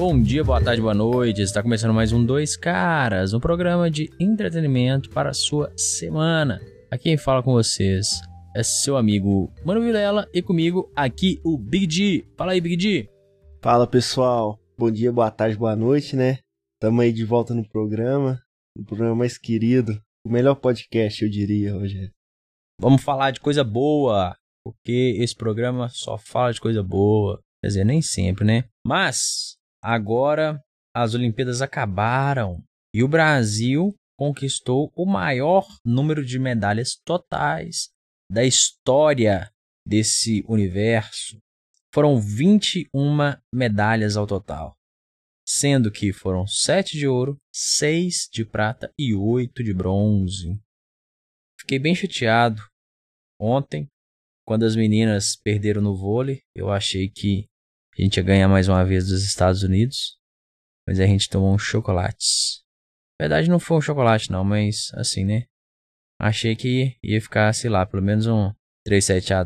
Bom dia, boa tarde, boa noite. Está começando mais um Dois Caras, um programa de entretenimento para a sua semana. Aqui quem fala com vocês é seu amigo Mano Vilela e comigo aqui o Big G. Fala aí, Big G. Fala, pessoal. Bom dia, boa tarde, boa noite, né? Tamo aí de volta no programa mais querido, o melhor podcast, eu diria, Rogério. Vamos falar de coisa boa, porque esse programa só fala de coisa boa. Quer dizer, nem sempre, né? Mas agora as Olimpíadas acabaram e o Brasil conquistou o maior número de medalhas totais da história desse universo. Foram 21 medalhas ao total, sendo que foram 7 de ouro, 6 de prata e 8 de bronze. Fiquei bem chateado ontem, quando as meninas perderam no vôlei. Eu achei que a gente ia ganhar mais uma vez dos Estados Unidos, mas a gente tomou uns chocolates. Na verdade não foi um chocolate não, mas assim, né? Achei que ia ficar, sei lá, pelo menos um 3-7-1,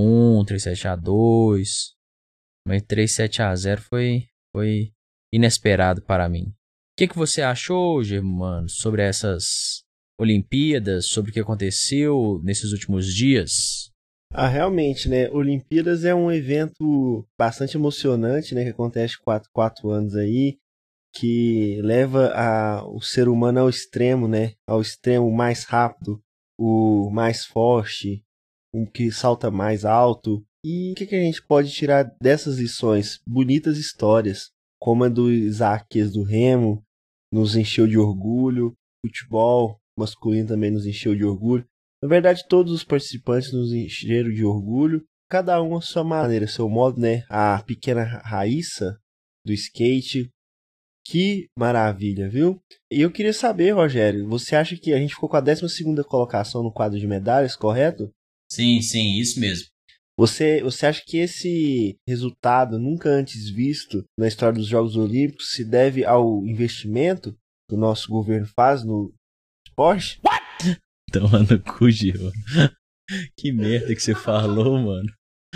3-7-2, mas 3-7-0 foi inesperado para mim. O que você achou, Germano, sobre essas Olimpíadas, sobre o que aconteceu nesses últimos dias? Realmente, né? Olimpíadas é um evento bastante emocionante, né? Que acontece 4 anos aí, que leva o ser humano ao extremo, né? Ao extremo mais rápido, o mais forte, o que salta mais alto. E o que a gente pode tirar dessas lições? Bonitas histórias, como a do Isaquias do Remo, nos encheu de orgulho. Futebol masculino também nos encheu de orgulho. Na verdade, todos os participantes nos encheram de orgulho, cada um à sua maneira, seu modo, né? A pequena Raíssa do skate, que maravilha, viu? E eu queria saber, Rogério, você acha que a gente ficou com a 12ª colocação no quadro de medalhas, correto? Sim, isso mesmo. Você acha que esse resultado nunca antes visto na história dos Jogos Olímpicos se deve ao investimento que o nosso governo faz no esporte? Tomando cu, Gil. Que merda que você falou, mano.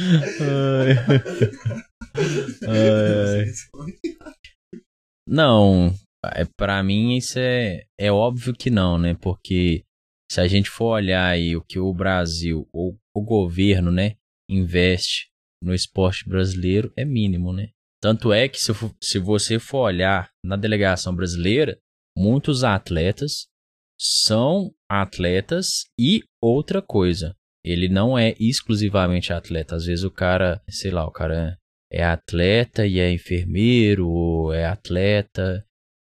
Ai. Não, pra mim isso é óbvio que não, né? Porque se a gente for olhar aí o que o Brasil, ou o governo, né, investe no esporte brasileiro, é mínimo, né? Tanto é que se você for olhar na delegação brasileira, muitos atletas são atletas e outra coisa. Ele não é exclusivamente atleta. Às vezes o cara, sei lá, o cara é atleta e é enfermeiro, ou é atleta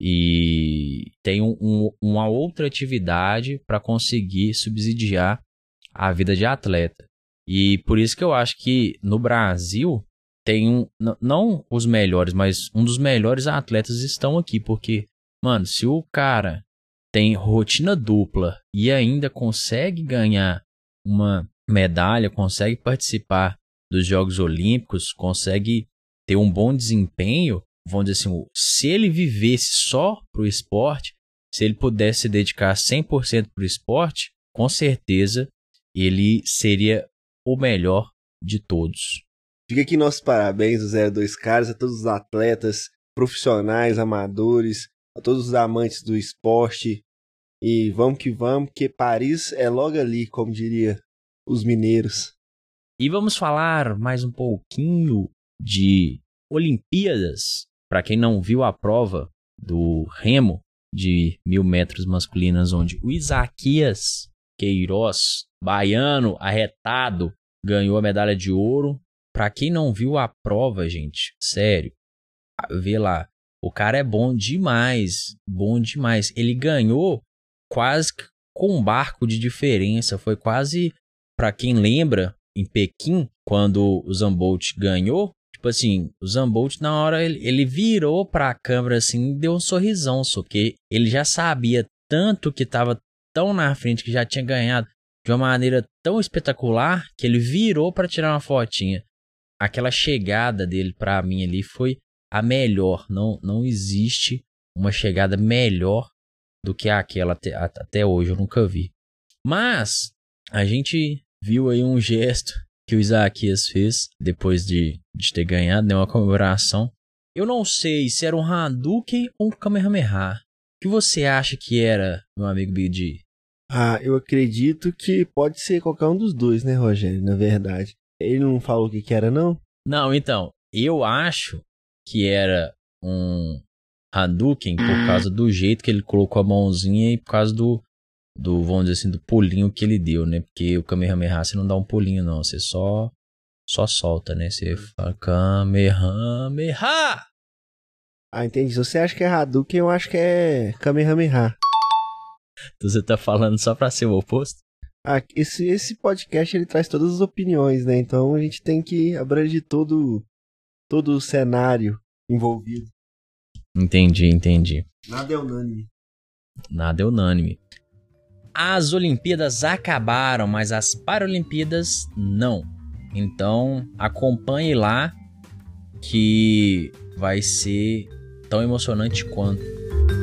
e tem uma outra atividade para conseguir subsidiar a vida de atleta. E por isso que eu acho que no Brasil tem não os melhores, mas um dos melhores atletas estão aqui, porque, mano, se o cara tem rotina dupla e ainda consegue ganhar uma medalha, consegue participar dos Jogos Olímpicos, consegue ter um bom desempenho, vamos dizer assim, se ele vivesse só pro esporte, se ele pudesse se dedicar 100% pro esporte, com certeza ele seria o melhor de todos. Fica aqui nossos parabéns, os 02 Caras, a todos os atletas, profissionais, amadores, a todos os amantes do esporte. E vamos, que Paris é logo ali, como diria os mineiros. E vamos falar mais um pouquinho de Olimpíadas. Para quem não viu a prova do remo de 1.000 metros masculinas, onde o Isaquias Queiroz, baiano, arretado, ganhou a medalha de ouro. Para quem não viu a prova, gente, sério, vê lá. O cara é bom demais, bom demais. Ele ganhou quase com um barco de diferença. Foi quase, para quem lembra, em Pequim, quando o Usain Bolt ganhou, tipo assim, o Usain Bolt na hora ele virou pra câmera assim e deu um sorrisão, só que ele já sabia tanto que tava tão na frente, que já tinha ganhado de uma maneira tão espetacular, que ele virou pra tirar uma fotinha. Aquela chegada dele pra mim ali foi a melhor. Não existe uma chegada melhor do que aquela até hoje, eu nunca vi. Mas a gente viu aí um gesto que o Isaquias fez depois de ter ganhado, né, uma comemoração Eu não sei se era um Hadouken ou um Kamehameha. O que você acha que era, meu amigo BD? Eu acredito que pode ser qualquer um dos dois, né, Rogério? Na verdade. Ele não falou o que era, não? Não, então, eu acho que era um Hadouken por causa do jeito que ele colocou a mãozinha e por causa vamos dizer assim, do pulinho que ele deu, né? Porque o Kamehameha você não dá um pulinho, não. Você só solta, né? Você fala Kamehameha! Entendi. Se você acha que é Hadouken, eu acho que é Kamehameha. Então você tá falando só pra ser o oposto? Esse podcast ele traz todas as opiniões, né? Então a gente tem que abranger todo o cenário envolvido. Entendi. Nada é unânime. Nada é unânime. As Olimpíadas acabaram, mas as Paralimpíadas não. Então acompanhe lá que vai ser tão emocionante quanto.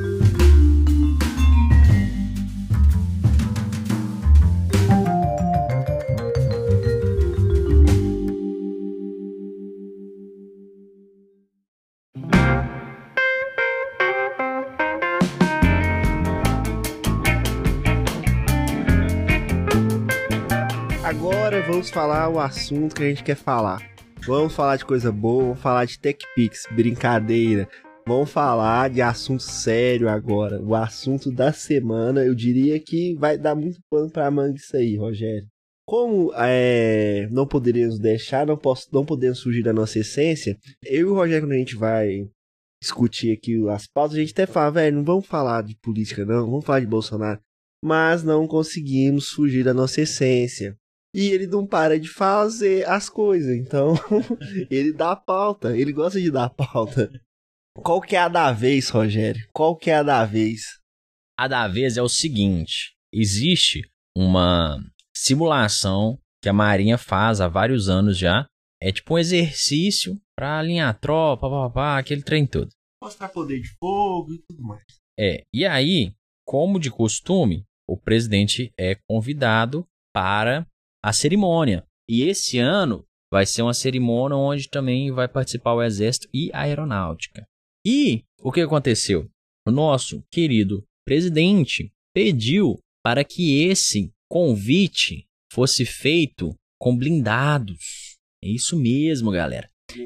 Agora vamos falar o assunto que a gente quer falar. Vamos falar de coisa boa, vamos falar de TechPix, brincadeira. Vamos falar de assunto sério agora. O assunto da semana, eu diria que vai dar muito pano pra manga isso aí, Rogério. Como não poderíamos deixar, não podemos fugir da nossa essência, eu e o Rogério, quando a gente vai discutir aqui as pautas, a gente até fala, velho, não vamos falar de política não, vamos falar de Bolsonaro. Mas não conseguimos fugir da nossa essência. E ele não para de fazer as coisas, então ele dá pauta, ele gosta de dar pauta. Qual que é a da vez, Rogério? Qual que é a da vez? A da vez é o seguinte, existe uma simulação que a Marinha faz há vários anos já, é tipo um exercício pra alinhar a tropa, aquele trem todo. Mostrar poder de fogo e tudo mais. E aí, como de costume, o presidente é convidado para a cerimônia. E esse ano vai ser uma cerimônia onde também vai participar o Exército e a Aeronáutica. E o que aconteceu? O nosso querido presidente pediu para que esse convite fosse feito com blindados. É isso mesmo, galera.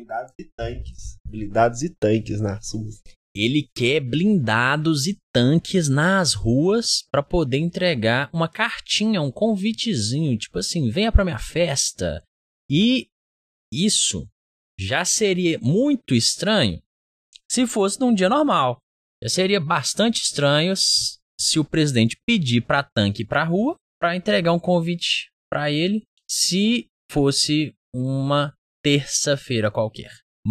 Blindados e tanques nas ruas. Ele quer blindados e tanques nas ruas para poder entregar uma cartinha, um convitezinho, tipo assim, venha para minha festa. E isso já seria muito estranho se fosse num dia normal. Já seria bastante estranho se o presidente pedir para tanque ir para a rua para entregar um convite para ele, se fosse uma terça-feira qualquer.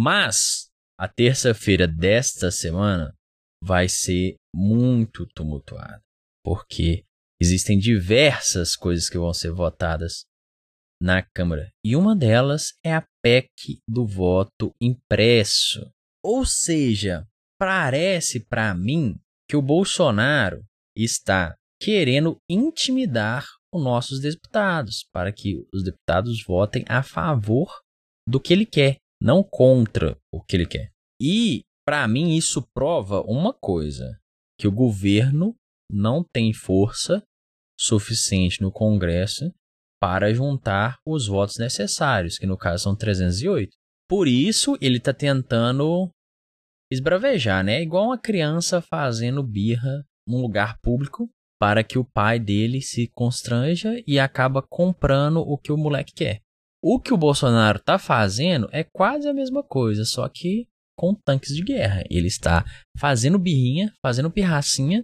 Mas a terça-feira desta semana vai ser muito tumultuada, porque existem diversas coisas que vão ser votadas na Câmara, e uma delas é a PEC do voto impresso. Ou seja, parece para mim que o Bolsonaro está querendo intimidar os nossos deputados, para que os deputados votem a favor do que ele quer, não contra o que ele quer. E, para mim, isso prova uma coisa, que o governo não tem força suficiente no Congresso para juntar os votos necessários, que no caso são 308. Por isso, ele está tentando esbravejar, né? Igual uma criança fazendo birra num lugar público para que o pai dele se constranja e acaba comprando o que o moleque quer. O que o Bolsonaro está fazendo é quase a mesma coisa, só que com tanques de guerra. Ele está fazendo birrinha, fazendo pirracinha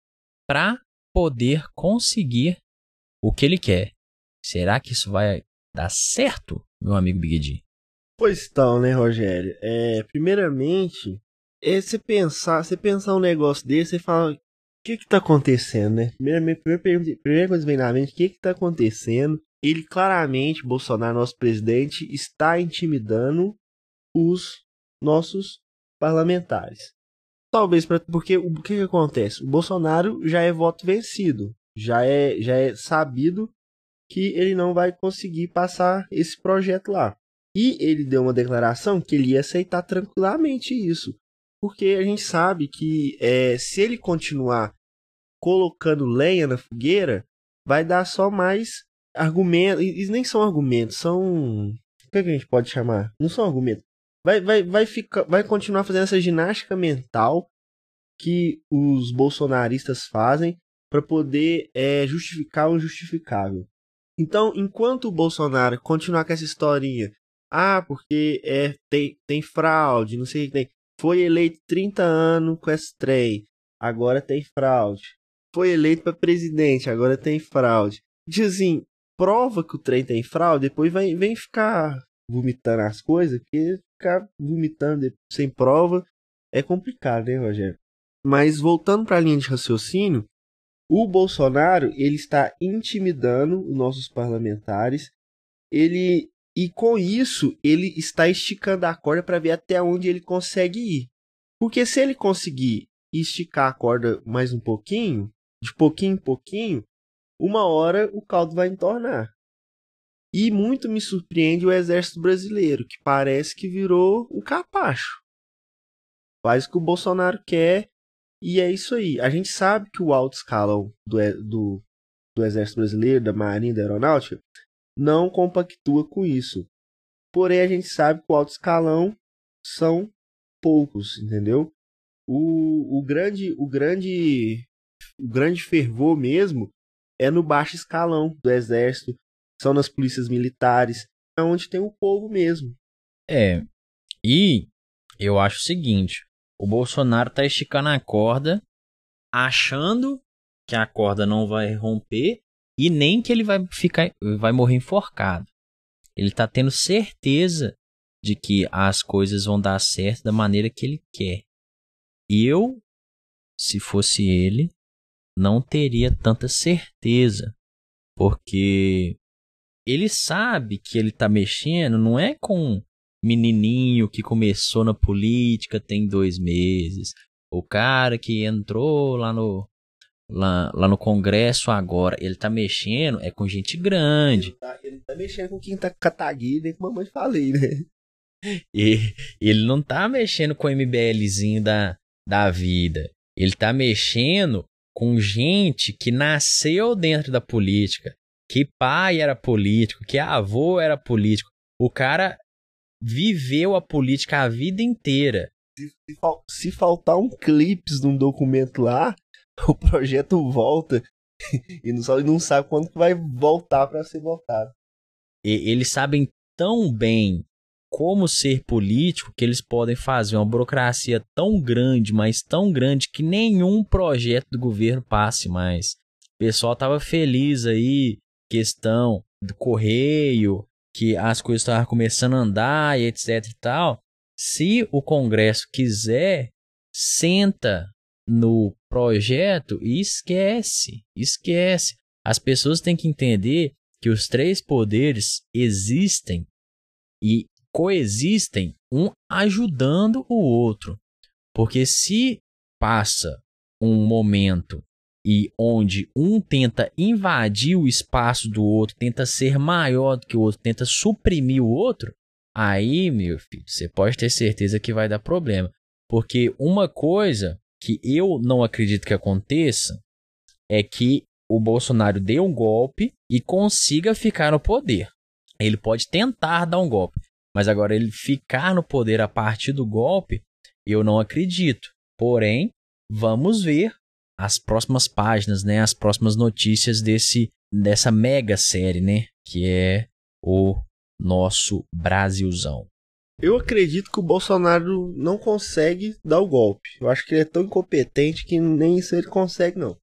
para poder conseguir o que ele quer. Será que isso vai dar certo, meu amigo Big D? Pois então, né, Rogério? Primeiramente, você pensar um negócio desse, você fala, o que tá acontecendo, né? Primeira coisa que vem na mente, o que tá acontecendo? Ele claramente, Bolsonaro, nosso presidente, está intimidando os nossos parlamentares. Talvez porque o que acontece? O Bolsonaro já é voto vencido. Já é sabido que ele não vai conseguir passar esse projeto lá. E ele deu uma declaração que ele ia aceitar tranquilamente isso. Porque a gente sabe que se ele continuar colocando lenha na fogueira, vai dar só mais argumentos. E nem são argumentos, são. O que a gente pode chamar? Não são argumentos. Vai continuar fazendo essa ginástica mental que os bolsonaristas fazem para poder justificar o injustificável. Então, enquanto o Bolsonaro continuar com essa historinha, porque tem fraude, não sei o que tem. Foi eleito 30 anos com esse trem, agora tem fraude. Foi eleito para presidente, agora tem fraude. Diz assim, prova que o trem tem fraude, depois vem ficar vomitando as coisas, porque ficar vomitando sem prova é complicado, né, Rogério? Mas voltando para a linha de raciocínio, o Bolsonaro ele está intimidando os nossos parlamentares, e com isso ele está esticando a corda para ver até onde ele consegue ir. Porque se ele conseguir esticar a corda mais um pouquinho, de pouquinho em pouquinho, uma hora o caldo vai entornar. E muito me surpreende o exército brasileiro, que parece que virou um capacho. Faz o que o Bolsonaro quer e é isso aí. A gente sabe que o alto escalão do exército brasileiro, da marinha, da aeronáutica, não compactua com isso. Porém, a gente sabe que o alto escalão são poucos, entendeu? O grande fervor mesmo é no baixo escalão do exército, são nas polícias militares, é onde tem o povo mesmo. E eu acho o seguinte, o Bolsonaro tá esticando a corda, achando que a corda não vai romper e nem que ele vai morrer enforcado. Ele tá tendo certeza de que as coisas vão dar certo da maneira que ele quer. Eu, se fosse ele, não teria tanta certeza, porque ele sabe que ele tá mexendo, não é com menininho que começou na política tem 2 meses, o cara que entrou lá no Congresso agora, ele tá mexendo com gente grande. Ele tá mexendo com quem tá cataguido, nem com a mamãe falei, né? E ele não tá mexendo com o MBLzinho da vida. Ele tá mexendo com gente que nasceu dentro da política, que pai era político, que avô era político. O cara viveu a política a vida inteira. Se faltar um clipe de um documento lá, o projeto volta e não sabe quando que vai voltar para ser votado. E eles sabem tão bem como ser político que eles podem fazer uma burocracia tão grande, mas tão grande, que nenhum projeto do governo passe mais. O pessoal tava feliz aí, questão do correio, que as coisas estavam começando a andar e etc e tal. Se o Congresso quiser, senta no projeto e esquece. As pessoas têm que entender que os 3 poderes existem e coexistem, um ajudando o outro. Porque se passa um momento e onde um tenta invadir o espaço do outro, tenta ser maior do que o outro, tenta suprimir o outro, aí, meu filho, você pode ter certeza que vai dar problema. Porque uma coisa que eu não acredito que aconteça é que o Bolsonaro dê um golpe e consiga ficar no poder. Ele pode tentar dar um golpe, mas agora ele ficar no poder a partir do golpe, eu não acredito. Porém, vamos ver as próximas páginas, né, as próximas notícias dessa mega série, né, que é o nosso Brasilzão. Eu acredito que o Bolsonaro não consegue dar o golpe. Eu acho que ele é tão incompetente que nem isso ele consegue, não.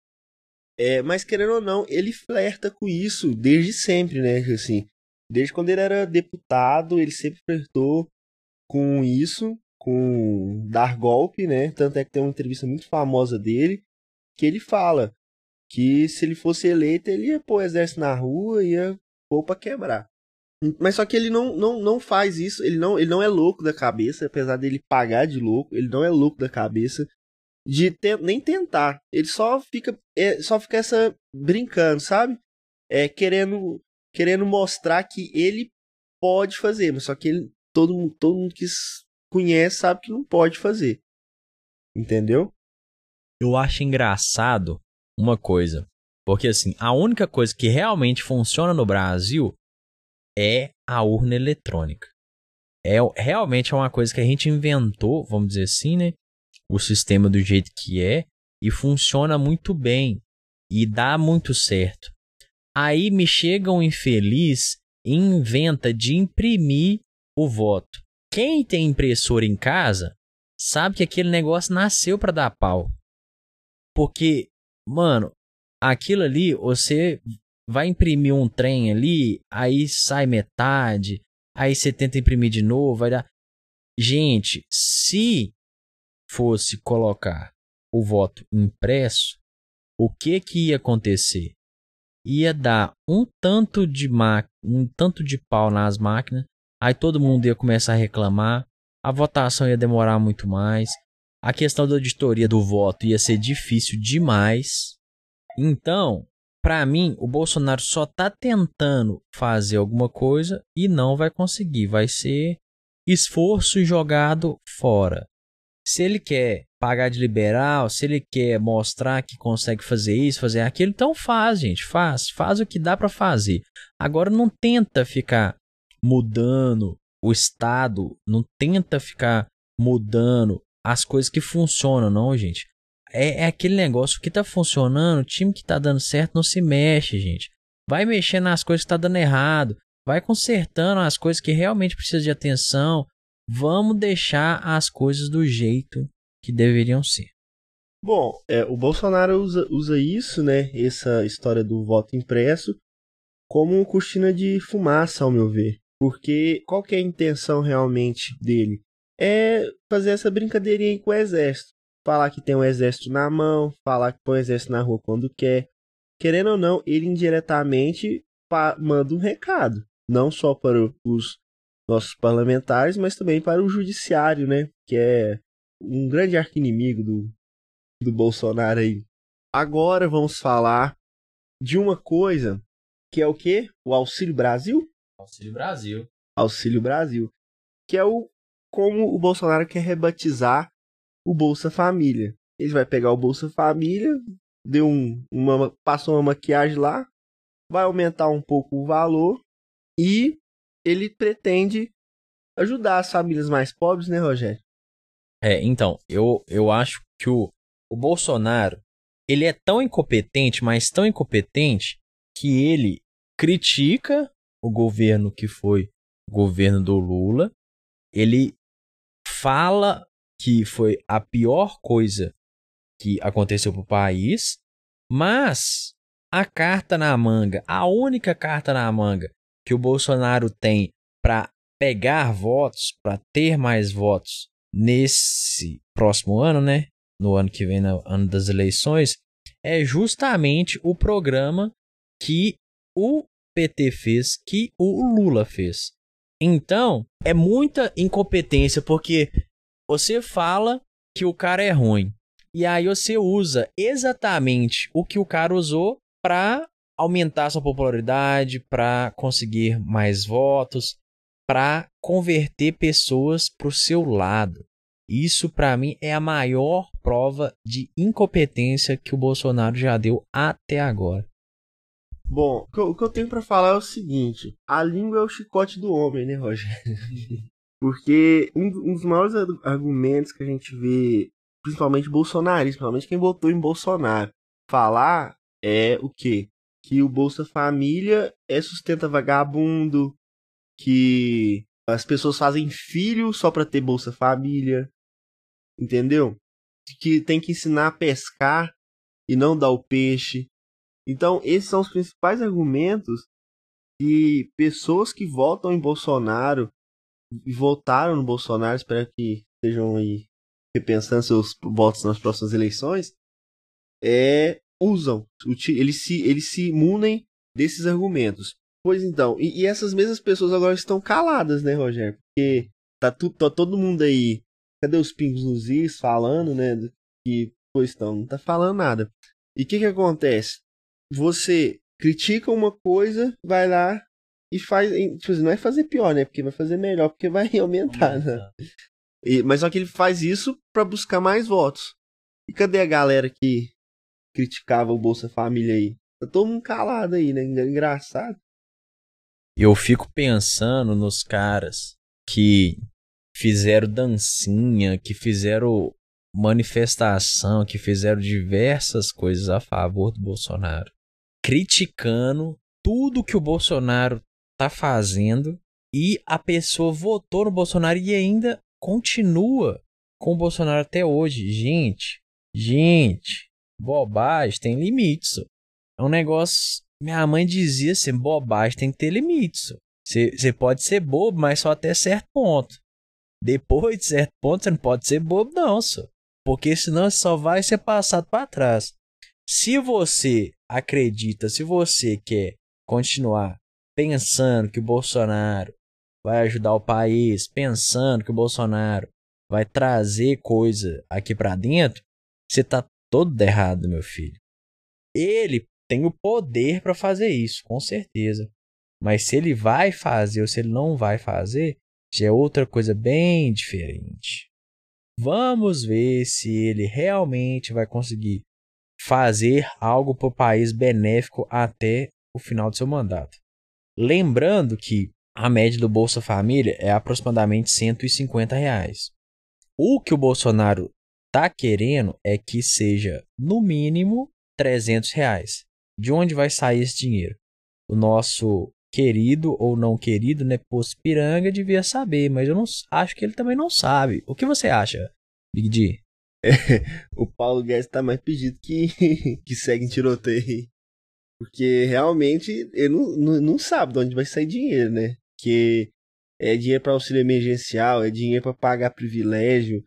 Mas querendo ou não, ele flerta com isso desde sempre, né? Assim, desde quando ele era deputado, ele sempre flertou com isso, com dar golpe, né? Tanto é que tem uma entrevista muito famosa dele, que ele fala que se ele fosse eleito, ele ia pôr o exército na rua, ia pôr pra quebrar. Mas só que ele não faz isso, ele não é louco da cabeça, apesar dele pagar de louco, ele não é louco da cabeça de nem tentar. Ele só fica essa brincando, sabe? Querendo mostrar que ele pode fazer, mas só que todo mundo que conhece sabe que não pode fazer. Entendeu? Eu acho engraçado uma coisa, porque assim, a única coisa que realmente funciona no Brasil é a urna eletrônica. Realmente é uma coisa que a gente inventou, vamos dizer assim, né? O sistema do jeito que é e funciona muito bem e dá muito certo. Aí me chega um infeliz e inventa de imprimir o voto. Quem tem impressora em casa sabe que aquele negócio nasceu para dar pau. Porque, mano, aquilo ali, você vai imprimir um trem ali, aí sai metade, aí você tenta imprimir de novo, vai dar. Gente, se fosse colocar o voto impresso, o que ia acontecer? Ia dar um tanto de pau nas máquinas, aí todo mundo ia começar a reclamar, a votação ia demorar muito mais, a questão da auditoria do voto ia ser difícil demais. Então, para mim, o Bolsonaro só tá tentando fazer alguma coisa e não vai conseguir, vai ser esforço jogado fora. Se ele quer pagar de liberal, se ele quer mostrar que consegue fazer isso, fazer aquilo, então faz, gente, faz o que dá para fazer. Agora não tenta ficar mudando o Estado, não tenta ficar mudando as coisas que funcionam, não, gente. É aquele negócio que tá funcionando, o time que tá dando certo não se mexe, gente. Vai mexendo nas coisas que tá dando errado, vai consertando as coisas que realmente precisam de atenção. Vamos deixar as coisas do jeito que deveriam ser. Bom, o Bolsonaro usa isso, né? Essa história do voto impresso, como cortina de fumaça, ao meu ver. Porque qual que é a intenção realmente dele? É fazer essa brincadeirinha aí com o exército. Falar que tem um exército na mão, falar que põe o exército na rua quando quer. Querendo ou não, ele indiretamente manda um recado. Não só para os nossos parlamentares, mas também para o judiciário, né? Que é um grande arqui-inimigo do Bolsonaro aí. Agora vamos falar de uma coisa que é o quê? O Auxílio Brasil? Auxílio Brasil. Auxílio Brasil. Que é como o Bolsonaro quer rebatizar o Bolsa Família. Ele vai pegar o Bolsa Família, passou uma maquiagem lá, vai aumentar um pouco o valor e ele pretende ajudar as famílias mais pobres, né, Rogério? Então, eu acho que o Bolsonaro, ele é tão incompetente, mas tão incompetente, que ele critica o governo que foi o governo do Lula, ele fala que foi a pior coisa que aconteceu pro país, mas a carta na manga, a única carta na manga que o Bolsonaro tem para pegar votos, para ter mais votos nesse próximo ano, né? No ano que vem, no ano das eleições, é justamente o programa que o PT fez, que o Lula fez. Então, é muita incompetência, porque você fala que o cara é ruim, e aí você usa exatamente o que o cara usou para aumentar sua popularidade, para conseguir mais votos, para converter pessoas para o seu lado. Isso, para mim, é a maior prova de incompetência que o Bolsonaro já deu até agora. Bom, o que eu tenho para falar é o seguinte: a língua é o chicote do homem, né, Rogério? Porque um dos maiores argumentos que a gente vê, principalmente bolsonaristas, principalmente quem votou em Bolsonaro, falar é o quê? Que o Bolsa Família sustenta vagabundo, que as pessoas fazem filho só para ter Bolsa Família, entendeu? Que tem que ensinar a pescar e não dar o peixe. Então, esses são os principais argumentos que pessoas que votam em Bolsonaro e votaram no Bolsonaro, espero que estejam aí repensando seus votos nas próximas eleições, usam. Eles se munem desses argumentos. Pois então, e essas mesmas pessoas agora estão caladas, né, Rogério? Porque tá todo mundo aí, cadê os pingos nos is falando, né, que, pois então, não tá falando nada. E o que acontece? Você critica uma coisa, vai lá e faz, tipo assim, não é fazer pior, né? Porque vai fazer melhor, porque vai aumentar, né? Mas só que ele faz isso pra buscar mais votos. E cadê a galera que criticava o Bolsa Família aí? Tá todo mundo calado aí, né? Engraçado. Eu fico pensando nos caras que fizeram dancinha, que fizeram manifestação, que fizeram diversas coisas a favor do Bolsonaro, criticando tudo que o Bolsonaro tá fazendo, e a pessoa votou no Bolsonaro e ainda continua com o Bolsonaro até hoje. Gente, bobagem tem limites. É um negócio. Minha mãe dizia assim: bobagem tem que ter limites. Você pode ser bobo, mas só até certo ponto. Depois de certo ponto, você não pode ser bobo, não, só. Porque senão você só vai ser passado para trás. Se você acredita, se você quer continuar pensando que o Bolsonaro vai ajudar o país, pensando que o Bolsonaro vai trazer coisa aqui para dentro, você tá todo errado, meu filho. Ele tem o poder para fazer isso, com certeza. Mas se ele vai fazer ou se ele não vai fazer, já é outra coisa bem diferente. Vamos ver se ele realmente vai conseguir fazer algo para o país benéfico até o final do seu mandato. Lembrando que a média do Bolsa Família é aproximadamente R$ 150. O que o Bolsonaro está querendo é que seja, no mínimo, R$ 300. De onde vai sair esse dinheiro? O nosso querido ou não querido, né, Poço Piranga devia saber, mas eu não acho que ele também não sabe. O que você acha, Big D? O Paulo Guedes tá mais pedido que, que segue em tiroteio. Porque realmente ele não sabe de onde vai sair dinheiro, né? Porque é dinheiro para auxílio emergencial, é dinheiro para pagar privilégio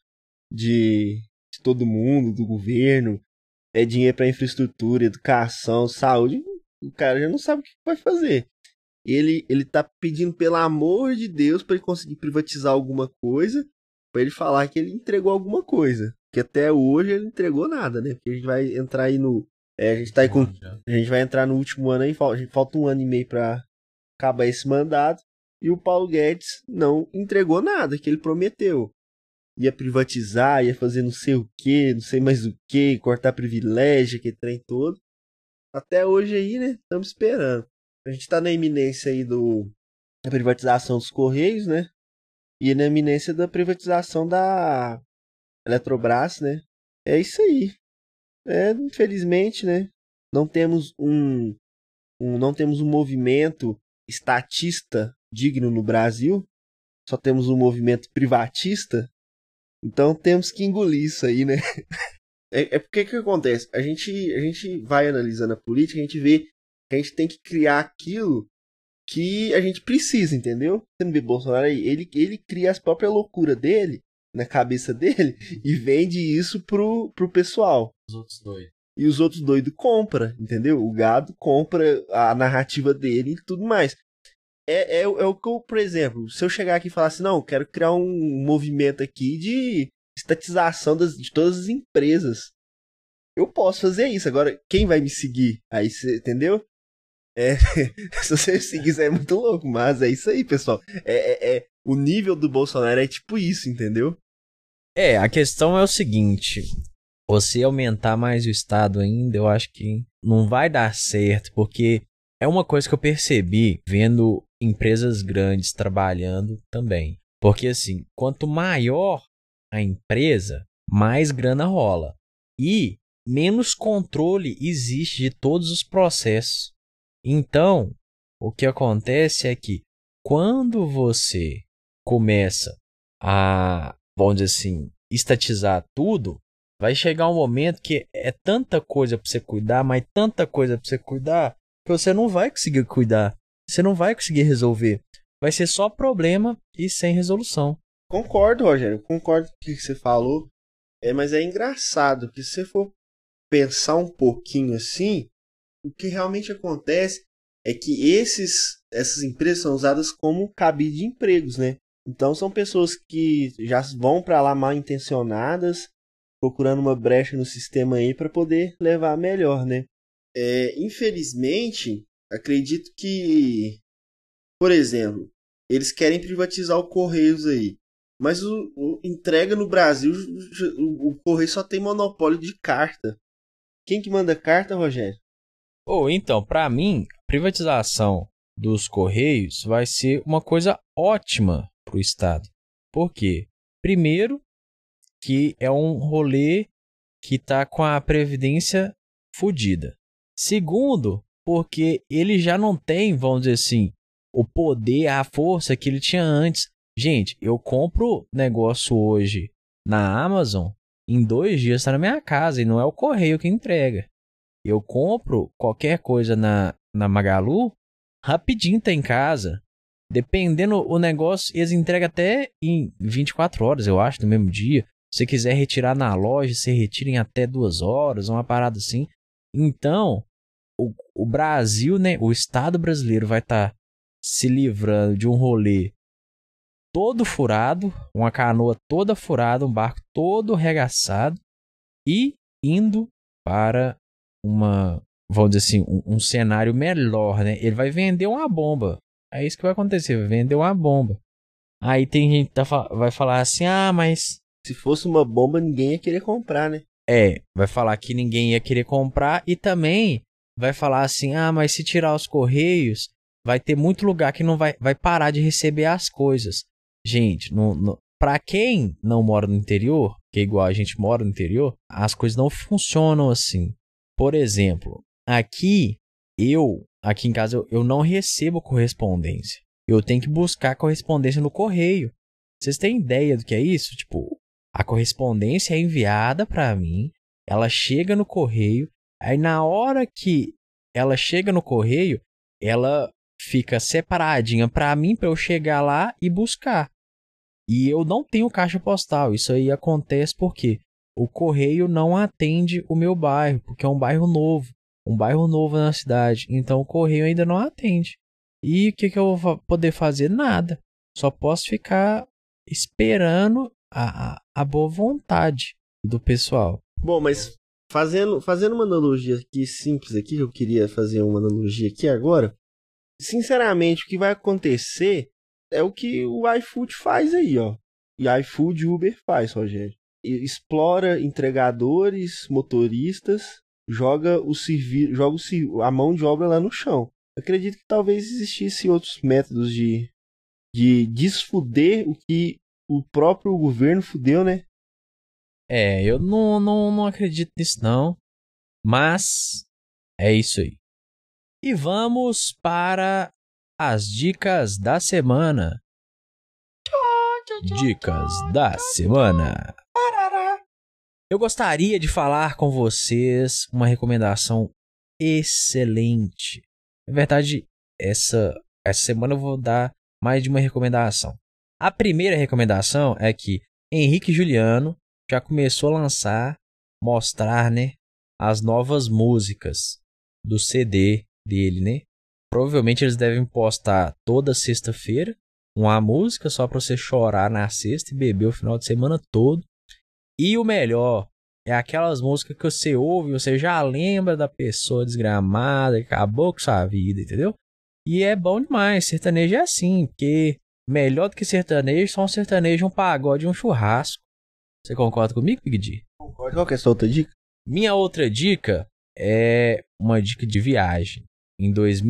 de todo mundo, do governo, é dinheiro para infraestrutura, educação, saúde. O cara já não sabe o que vai fazer. Ele tá pedindo, pelo amor de Deus, para ele conseguir privatizar alguma coisa, para ele falar que ele entregou alguma coisa. Que até hoje ele não entregou nada, né? Porque a gente vai entrar aí no. A gente tá aí com. A gente vai entrar no último ano aí, falta 1 ano e meio para acabar esse mandato. E o Paulo Guedes não entregou nada que ele prometeu. Ia privatizar, ia fazer não sei o que, não sei mais o que, cortar privilégio, que trem todo. Até hoje aí, né? Estamos esperando. A gente tá na iminência aí da privatização dos Correios, né? E na iminência da privatização da Eletrobras, né? É isso aí. Infelizmente, né? Não temos não temos um movimento estatista digno no Brasil. Só temos um movimento privatista. Então temos que engolir isso aí, né? Porque que acontece? A gente vai analisando a política, a gente vê que a gente tem que criar aquilo que a gente precisa, entendeu? Você não vê Bolsonaro aí? Ele cria as próprias loucuras dele, na cabeça dele, e vende isso pro pessoal. Os outros dois. E os outros doidos compram, entendeu? O gado compra a narrativa dele e tudo mais. É o que eu, por exemplo, se eu chegar aqui e falar assim, não, eu quero criar um movimento aqui de estatização de todas as empresas. Eu posso fazer isso. Agora, quem vai me seguir? Aí você, entendeu? Se você me seguir, é muito louco, mas é isso aí, pessoal. O nível do Bolsonaro é tipo isso, entendeu? A questão é o seguinte: você aumentar mais o Estado ainda, eu acho que não vai dar certo, porque é uma coisa que eu percebi vendo empresas grandes trabalhando também. Porque assim, quanto maior a empresa, mais grana rola. E menos controle existe de todos os processos. Então, o que acontece é que quando você começa a, vamos dizer assim, estatizar tudo, vai chegar um momento que é tanta coisa para você cuidar, mas tanta coisa para você cuidar, que você não vai conseguir cuidar. Você não vai conseguir resolver. Vai ser só problema e sem resolução. Concordo, Rogério. Concordo com o que você falou. Mas é engraçado que se você for pensar um pouquinho assim, o que realmente acontece é que essas empresas são usadas como cabide de empregos, né? Então são pessoas que já vão para lá mal intencionadas, procurando uma brecha no sistema aí para poder levar melhor, né? Infelizmente, acredito que Por exemplo, eles querem privatizar o Correios aí. Mas o entrega no Brasil, o Correio só tem monopólio de carta. Quem que manda carta, Rogério? Então, para mim, privatização dos Correios vai ser uma coisa ótima para o Estado. Por quê? Primeiro, que é um rolê que tá com a previdência fodida. Segundo, porque ele já não tem, vamos dizer assim, o poder, a força que ele tinha antes. Gente, eu compro negócio hoje na Amazon, em 2 dias está na minha casa e não é o correio que entrega. Eu compro qualquer coisa na Magalu, rapidinho tá em casa. Dependendo o negócio, eles entregam até em 24 horas, eu acho, no mesmo dia. Se você quiser retirar na loja, você retira em até 2 horas, uma parada assim. Então, o Brasil, né, o Estado brasileiro vai estar se livrando de um rolê todo furado, uma canoa toda furada, um barco todo arregaçado e indo para vamos dizer assim, um cenário melhor, né? Ele vai vender uma bomba. É isso que vai acontecer, vai vender uma bomba. Aí tem gente que vai falar assim, mas... Se fosse uma bomba, ninguém ia querer comprar, né? Vai falar que ninguém ia querer comprar e também vai falar assim, mas se tirar os Correios, vai ter muito lugar que não vai parar de receber as coisas. Gente, pra quem não mora no interior, que é igual a gente mora no interior, as coisas não funcionam assim. Por exemplo, aqui em casa, eu não recebo correspondência. Eu tenho que buscar correspondência no correio. Vocês têm ideia do que é isso? Tipo, a correspondência é enviada para mim, ela chega no correio, aí na hora que ela chega no correio, ela fica separadinha para mim, para eu chegar lá e buscar. E eu não tenho caixa postal. Isso aí acontece porque o correio não atende o meu bairro, porque é um bairro novo na cidade. Então o correio ainda não atende. E o que eu vou poder fazer? Nada. Só posso ficar esperando a boa vontade do pessoal. Bom, mas fazendo uma analogia aqui simples aqui, eu queria fazer uma analogia aqui agora. Sinceramente, o que vai acontecer é o que o iFood faz aí, ó. E iFood e Uber faz, Rogério. Explora entregadores, motoristas, joga a mão de obra lá no chão. Acredito que talvez existissem outros métodos de desfuder o que o próprio governo fudeu, né? Eu não acredito nisso não, mas é isso aí. E vamos para as dicas da semana. Dicas da semana. Eu gostaria de falar com vocês uma recomendação excelente. Na verdade, essa semana eu vou dar mais de uma recomendação. A primeira recomendação é que Henrique Juliano já começou a mostrar, né, as novas músicas do CD dele, né? Provavelmente eles devem postar toda sexta-feira uma música só pra você chorar na sexta e beber o final de semana todo. E o melhor é aquelas músicas que você ouve e você já lembra da pessoa desgramada que acabou com sua vida, entendeu? E é bom demais, sertanejo é assim, porque melhor do que sertanejo, só um sertanejo, um pagode e um churrasco. Você concorda comigo, Big D? Concordo. Qual que é a sua outra dica? Minha outra dica é uma dica de viagem. Em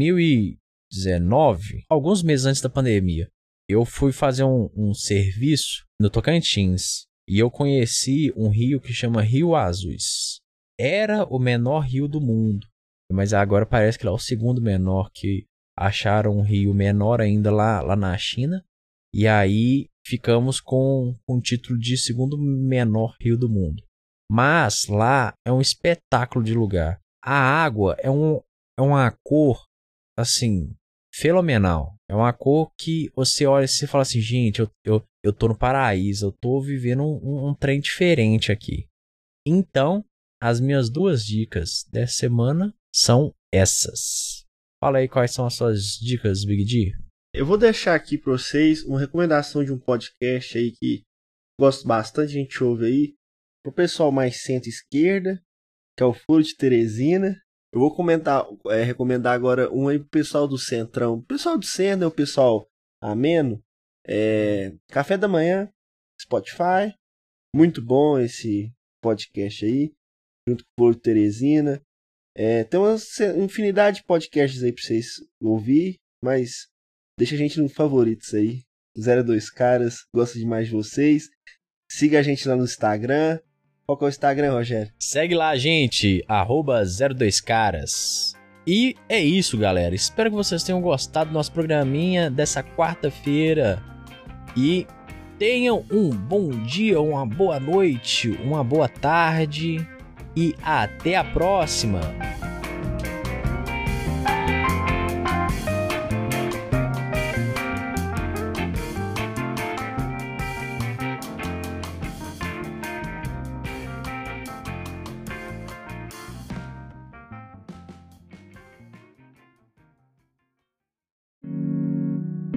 2019, alguns meses antes da pandemia, eu fui fazer um serviço no Tocantins e eu conheci um rio que chama Rio Azuis. Era o menor rio do mundo, mas agora parece que é o segundo menor, que acharam um rio menor ainda lá na China. E aí ficamos com o título de segundo menor rio do mundo. Mas lá é um espetáculo de lugar. A água é uma cor, assim, fenomenal. É uma cor que você olha e você fala assim, gente, eu tô no paraíso, eu tô vivendo um trem diferente aqui. Então, as minhas 2 dicas dessa semana são essas. Fala aí quais são as suas dicas, Big D. Eu vou deixar aqui para vocês uma recomendação de um podcast aí que gosto bastante, a gente ouve aí, pro pessoal mais centro-esquerda, que é o Foro de Teresina. Eu vou recomendar agora um aí pro pessoal do Centrão. O pessoal do Centro é o pessoal ameno. Café da Manhã, Spotify. Muito bom esse podcast aí, junto com o Flor Teresina. Tem uma infinidade de podcasts aí pra vocês ouvir, mas deixa a gente nos favoritos aí. 02 Caras, gosto demais de vocês. Siga a gente lá no Instagram. Qual que é o Instagram, Rogério? Segue lá, gente, @02caras. E é isso, galera. Espero que vocês tenham gostado do nosso programinha dessa quarta-feira. E tenham um bom dia, uma boa noite, uma boa tarde. E até a próxima!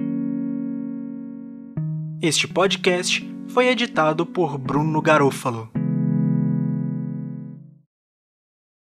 Este podcast foi editado por Bruno Garofalo.